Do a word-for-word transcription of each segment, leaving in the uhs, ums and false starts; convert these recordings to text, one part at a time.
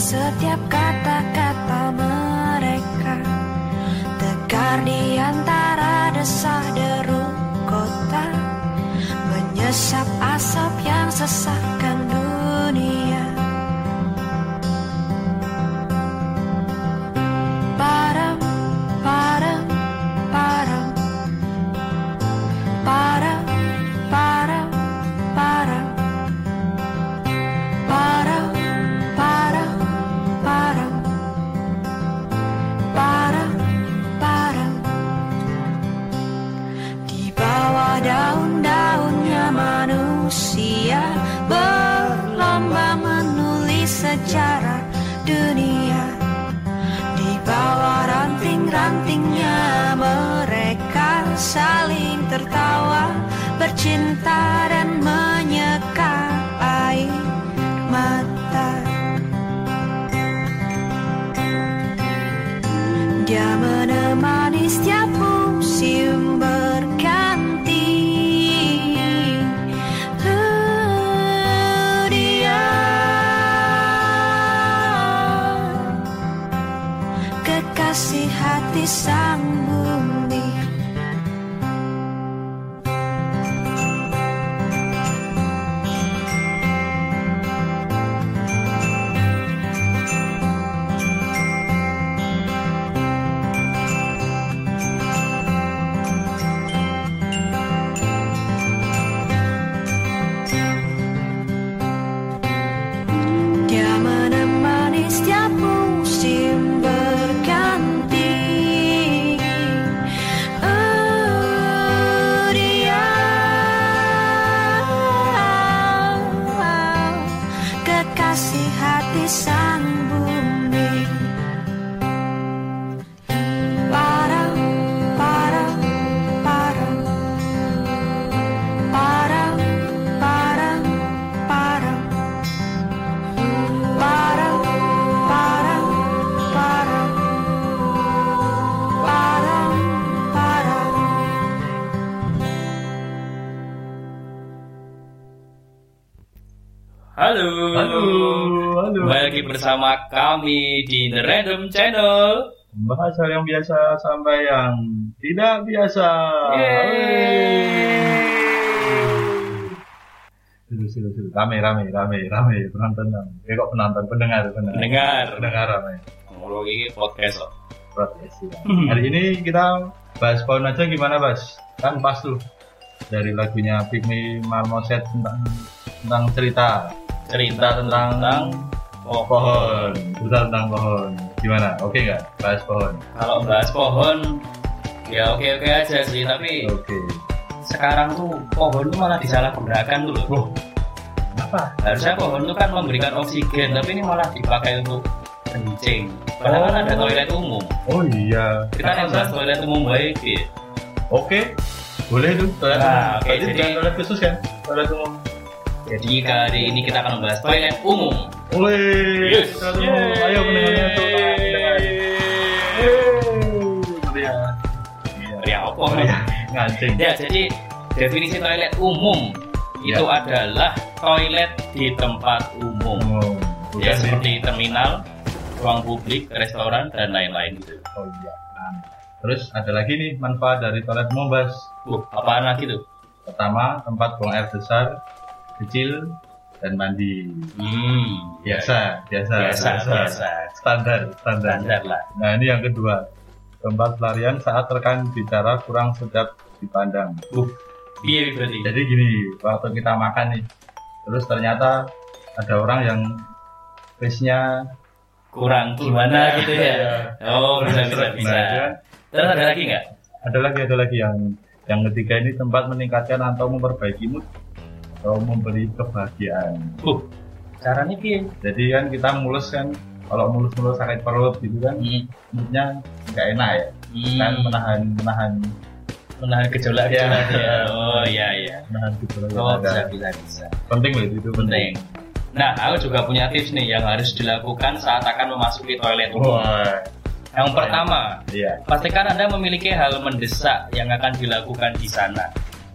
setiap kata-kata mereka, tegar di antara desah-deru kota, menyesap asap yang sesakkan dunia. Padam, padam, padam, padam, padam, padam, padam, padam, padam, padam, padam. Di bawah daun-daunnya manusia berlomba menulis sejarah dunia. Di bawah ranting-rantingnya mereka saling tertawa, bercinta dan menyeka air mata. Dia menemani setiap musim berganti. Uh, dia kekasih hati sang bumi. Dia menemani setiap musim berganti. Oh, dia kekasih hati sang bumi. Padam, padam, padam, padam, padam, padam. Padam, padam, padam, padam, padam. Halo, Halo, halo. Kembali lagi bersama kami di The Random Channel. Membahas hal yang biasa sampai yang tidak biasa. Yeay. Sudah, sudah, sudah. Rame, rame, rame, rame. Penonton, eh kok penonton, pendengar, pendengar. Pendengar. Pendengar rame. Ngomong ini podcast loh. Protes ya. Hari ini kita bahas pohon aja gimana, Bas? Kan pas tuh dari lagunya Pygmy Marmoset tentang tentang cerita Cerita tentang, tentang pohon, pohon. cerita tentang pohon. Gimana? Oke nggak? Bahas pohon. Kalau bahas pohon, ya oke-oke aja sih. Tapi Oke. sekarang tuh pohon tuh malah disalahgunakan tuh loh. Wah, apa? Harusnya pohon tuh kan memberikan oksigen, tapi ini malah dipakai untuk kencing. Padahal kan Oh. ada toilet umum. Oh iya. Kita kan bahas toilet umum baik ya. Oke, boleh tuh. Toilet Nah, umum. oke, Berarti jadi- bukan toilet khusus kan? Toilet umum. Jadi kali ini kita akan membahas toilet umum. Wih, Yes. toilet umum. Ayo pendengarnya tuh. Iya. Ya apa? Iya. Ngancing. Ya, jadi definisi toilet umum itu Ya. adalah toilet di tempat umum. Umum. Ya, Bukan di- seperti terminal, ruang publik, restoran, dan lain-lain gitu. Oh iya. Nah, terus ada lagi nih manfaat dari toilet umum, Bas. Uh, apaan lagi tuh? Pertama, tempat buang air besar, kecil, dan mandi. Hmm, Biasa, biasa, biasa, biasa. Standar, standar. Standar lah. Nah, ini yang kedua. Tempat pelarian saat rekan bicara kurang sedap dipandang. Uh, piye berarti? Jadi gini, waktu kita makan nih, terus ternyata ada orang yang face-nya Kurang gimana gitu ya? Oh, bisa, bisa, bisa. Nah, Terus ada lagi nggak? ada lagi, ada lagi yang yang ketiga ini tempat meningkatkan atau memperbaiki mood atau memberi kebahagiaan. Uh, caranya piye? Jadi kan kita mulus kan, kalau mulus-mulus sakit perut gitu kan, Hmm. moodnya nggak enak ya. Hmm. Kan menahan menahan Menahan gejolak-gejolak Ya. ya. Oh iya iya. menahan gejolak yang Oh ada. bisa bisa bisa. Penting loh itu, itu penting. Penting. Nah, aku juga punya tips nih yang harus dilakukan saat akan memasuki toilet umum. Wah, Yang pertama, iya. pastikan Anda memiliki hal mendesak yang akan dilakukan di sana.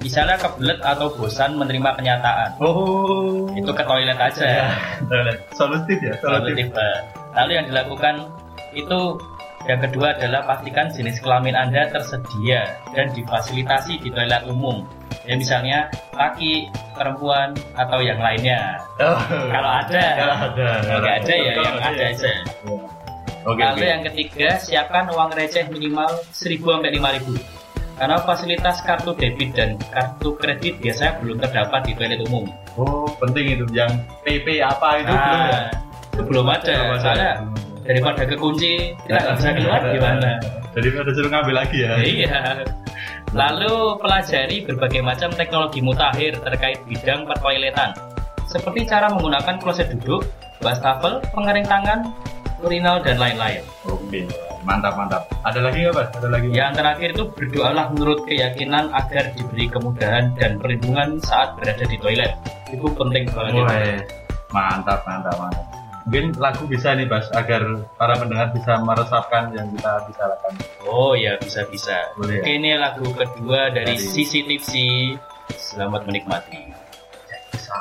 Misalnya kebelet atau bosan menerima kenyataan, Oh, itu ke toilet aja. ya. Toilet. Solutif ya, Solutif. solutif. Pak. Lalu yang dilakukan itu yang kedua adalah pastikan jenis kelamin Anda tersedia dan difasilitasi di toilet umum. Ya misalnya laki, perempuan atau yang lainnya. Oh. Kalau ada, Kalau ada, kalau nggak ada ya Kalau yang ada aja. Ya. Oke, Lalu oke. yang ketiga, siapkan uang receh minimal seribu sampai lima ribu. Karena fasilitas kartu debit dan kartu kredit biasanya belum terdapat di toilet umum. Oh, penting itu yang P P apa itu belum ya? Nah, itu belum ada. Belum ada. Soalnya daripada kekunci, kita nggak bisa keluar gimana? Jadi ada suruh ngambil lagi ya. Iya. Lalu pelajari berbagai macam teknologi mutakhir terkait bidang pertoiletan, seperti cara menggunakan kloset duduk, wastafel, pengering tangan, urinal dan lain-lain. Oke, mantap mantap. Ada lagi nggak, Mas? Ada lagi? Yang terakhir itu berdoalah menurut keyakinan agar diberi kemudahan dan perlindungan saat berada di toilet. Itu penting banget. Mulai. Mantap, mantap, mantap. Mungkin lagu bisa nih, Bas, agar para pendengar bisa meresapkan yang kita bicarakan. Oh ya, bisa-bisa. Boleh ya? Oke, ini lagu kedua dari Dari- Sisi Tipsy. Selamat menikmati. Bisa.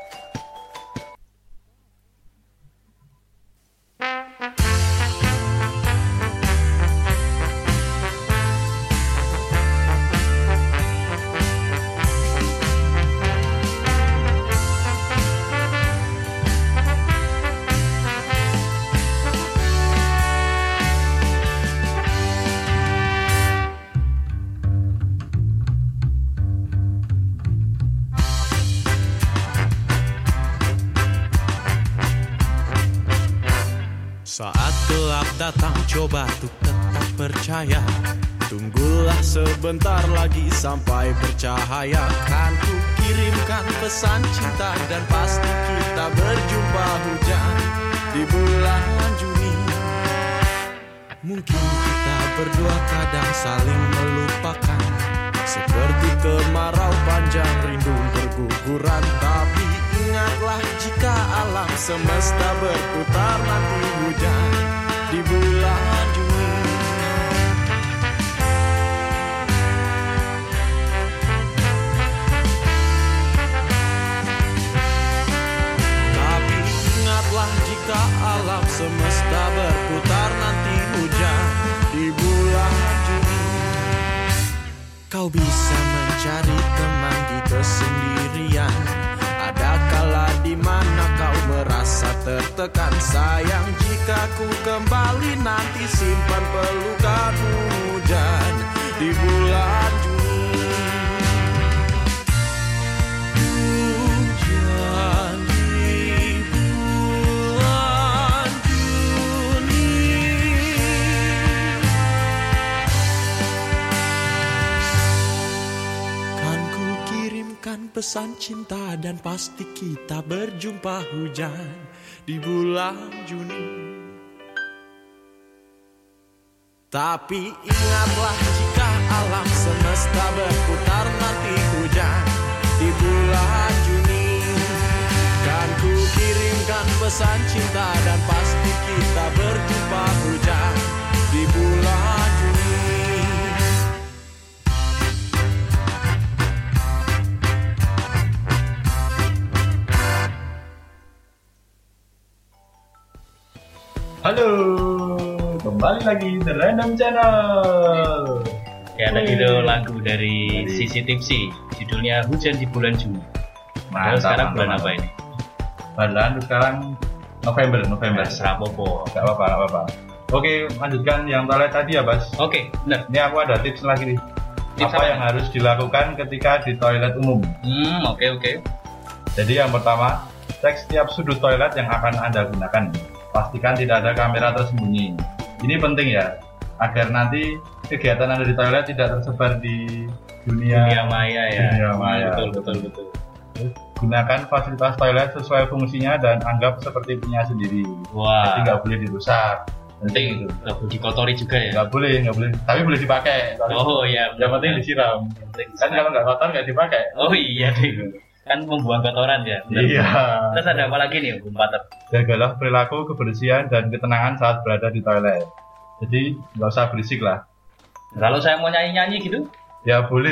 Saat gelap datang, coba untuk tetap percaya. Tunggulah sebentar lagi sampai bercahaya. Kan ku kirimkan pesan cinta dan pasti kita berjumpa hujan di bulan Juni. Mungkin kita berdua kadang saling melupakan, seperti kemarau panjang rindu berguguran. Tapi ingatlah jika alam semesta berputar, nanti hujan di bulan Juni. Tapi ingatlah jika alam semesta berputar, nanti hujan di bulan Juni. Kau bisa mencari teman di kesendirian. Ada kala di mana kau merasa tertekan. Sayang jika ku kembali nanti, simpan pelukanmu hujan di bulan Juni. Hujan di bulan Juni. Kan ku kirimkan pesan cinta dan pasti kita berjumpa hujan di bulan Juni. Tapi ingatlah jika alam semesta berputar, nanti hujan di bulan Juni. Kan ku kirimkan pesan cinta dan pasti kita berjumpa hujan di bulan Juni. Halo, kembali lagi di Random Channel. Ya tadi itu Wih. lagu dari Dari- Sisi Tipsy, judulnya Hujan di Bulan Juni. Nah, Mantap, sekarang mantap, bulan mantap. apa ini? Bulan sekarang November, November. Nah, Serapopo. Gak apa-apa, gak apa-apa. Oke, lanjutkan yang toilet tadi ya, Bas. Oke, benar. Ini aku ada tips lagi nih. Tips apa apa yang nih? harus dilakukan ketika di toilet umum? Hmm, oke oke. Jadi yang pertama, cek setiap sudut toilet yang akan Anda gunakan. Pastikan tidak ada kamera tersembunyi. Ini penting ya, agar nanti kegiatan Anda di toilet tidak tersebar di dunia. Dunia maya ya. Dunia maya. Betul betul betul. Gunakan fasilitas toilet sesuai fungsinya dan anggap seperti punya sendiri. Wah, Jadi nggak boleh dirusak. penting itu. nggak boleh dikotori juga ya. Nggak boleh, nggak boleh. Tapi boleh dipakai. Oh iya. Yang penting benar. disiram. Penting Kan disiram. kalau nggak kotor nggak dipakai. Oh iya deh. Kan membuang kotoran ya. benar. Iya. Terus ada apa lagi nih, Bung Pater? Jagalah perilaku kebersihan dan ketenangan saat berada di toilet. Jadi nggak usah berisik lah. Kalau saya mau nyanyi-nyanyi gitu, Ya boleh.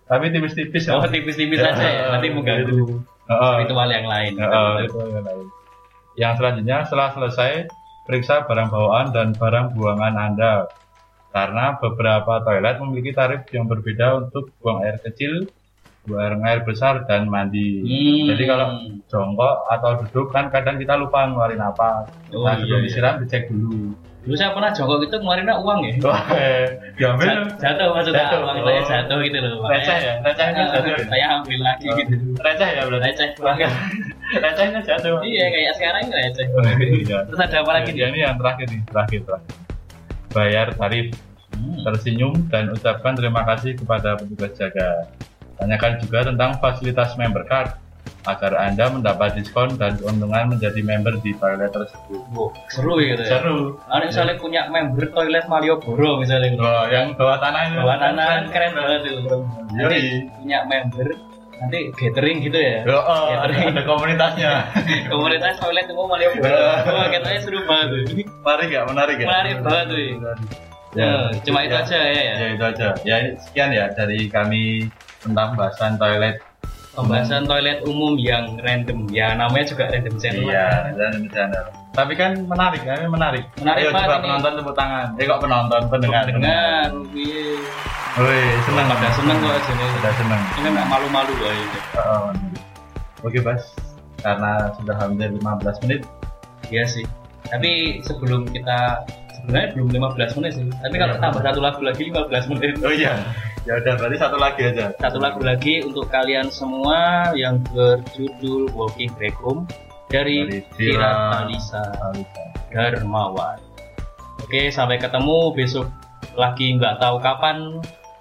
tapi tipis-tipis. Oh, tipis-tipis saja ya. Nanti mengganggu Oh, ritual yang lain. oh, ritual yang lain. Yang selanjutnya, setelah selesai, periksa barang bawaan dan barang buangan Anda. Karena beberapa toilet memiliki tarif yang berbeda untuk buang air kecil, buang air besar, dan mandi. Hmm. Jadi kalau jongkok atau duduk kan kadang kita lupa ngeluarin apa. Oh, Nah, sebelum iya, iya. disiram dicek dulu. Dulu saya pernah jongkok itu ngeluarin uang ya. Wah, diambil. Ja- jatuh maksudnya Jatuh. uang saya Oh. jatuh gitu loh. Receh ya? Recehnya Makanya, jatuh ya? saya ambil lagi gitu. Receh ya berarti? Receh banget. Recehnya jatuh. Iya kayak sekarang ini receh. Iya. Terus ada apa lagi Ya, nih? ini yang terakhir nih, terakhir, terakhir. Bayar tarif, Hmm. tersenyum dan ucapkan terima kasih kepada petugas jaga. Tanyakan juga tentang fasilitas member card agar Anda mendapat diskon dan keuntungan menjadi member di toilet tersebut. Wow, seru ya gitu ya. Seru. Ada misalnya punya member toilet Malioboro misalnya gitu. Wah, yang bawah tanah itu. Bawah tanah kan keren banget itu. Nanti Yoi. punya member, nanti gathering gitu ya. Oh, oh, ada, Gathering. ada komunitasnya. Komunitas toilet umum Malioboro. Wah, katanya seru banget tuh. Menarik gak? Menarik gak? Menarik banget tuh. Ya, cuma itu aja ya. ya. Ya itu aja. Ya ini sekian ya dari kami tentang bahasan toilet. Pembahasan toilet umum yang random. Ya namanya juga random channel. Iya, dan channel. Tapi kan menarik, kan menarik. Menarik Ayo banget coba ini. penonton tepuk tangan. Eh kok penonton, pendengar. Dengar, iya. Wih, seneng. Pada seneng kok aja nih. Sudah seneng. Ini nggak malu-malu loh ini. Oh, oke, Bas. Karena sudah hampir lima belas menit. Iya sih. Tapi sebelum kita sebenarnya belum lima belas menit sih. Tapi kalau Iya. tambah satu lagu lagi lima belas menit. Oh iya. Ya udah, berarti satu lagi aja. Satu lagu lagi untuk kalian semua yang berjudul Walking Back Home dari Dari Vira Vira Talisa Talisa. Darmawan. Oke, sampai ketemu besok lagi nggak tahu kapan.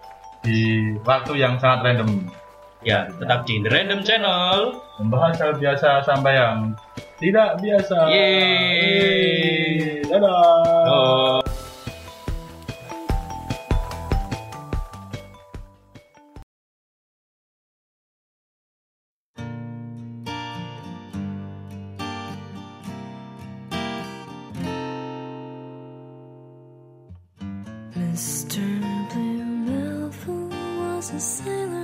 Di waktu yang sangat random. Ya, tetap di The Random Channel. Membahas hal biasa sampai yang tidak biasa. Yeay. Dadah. Oh. Mister Blue Malfoy was a sailor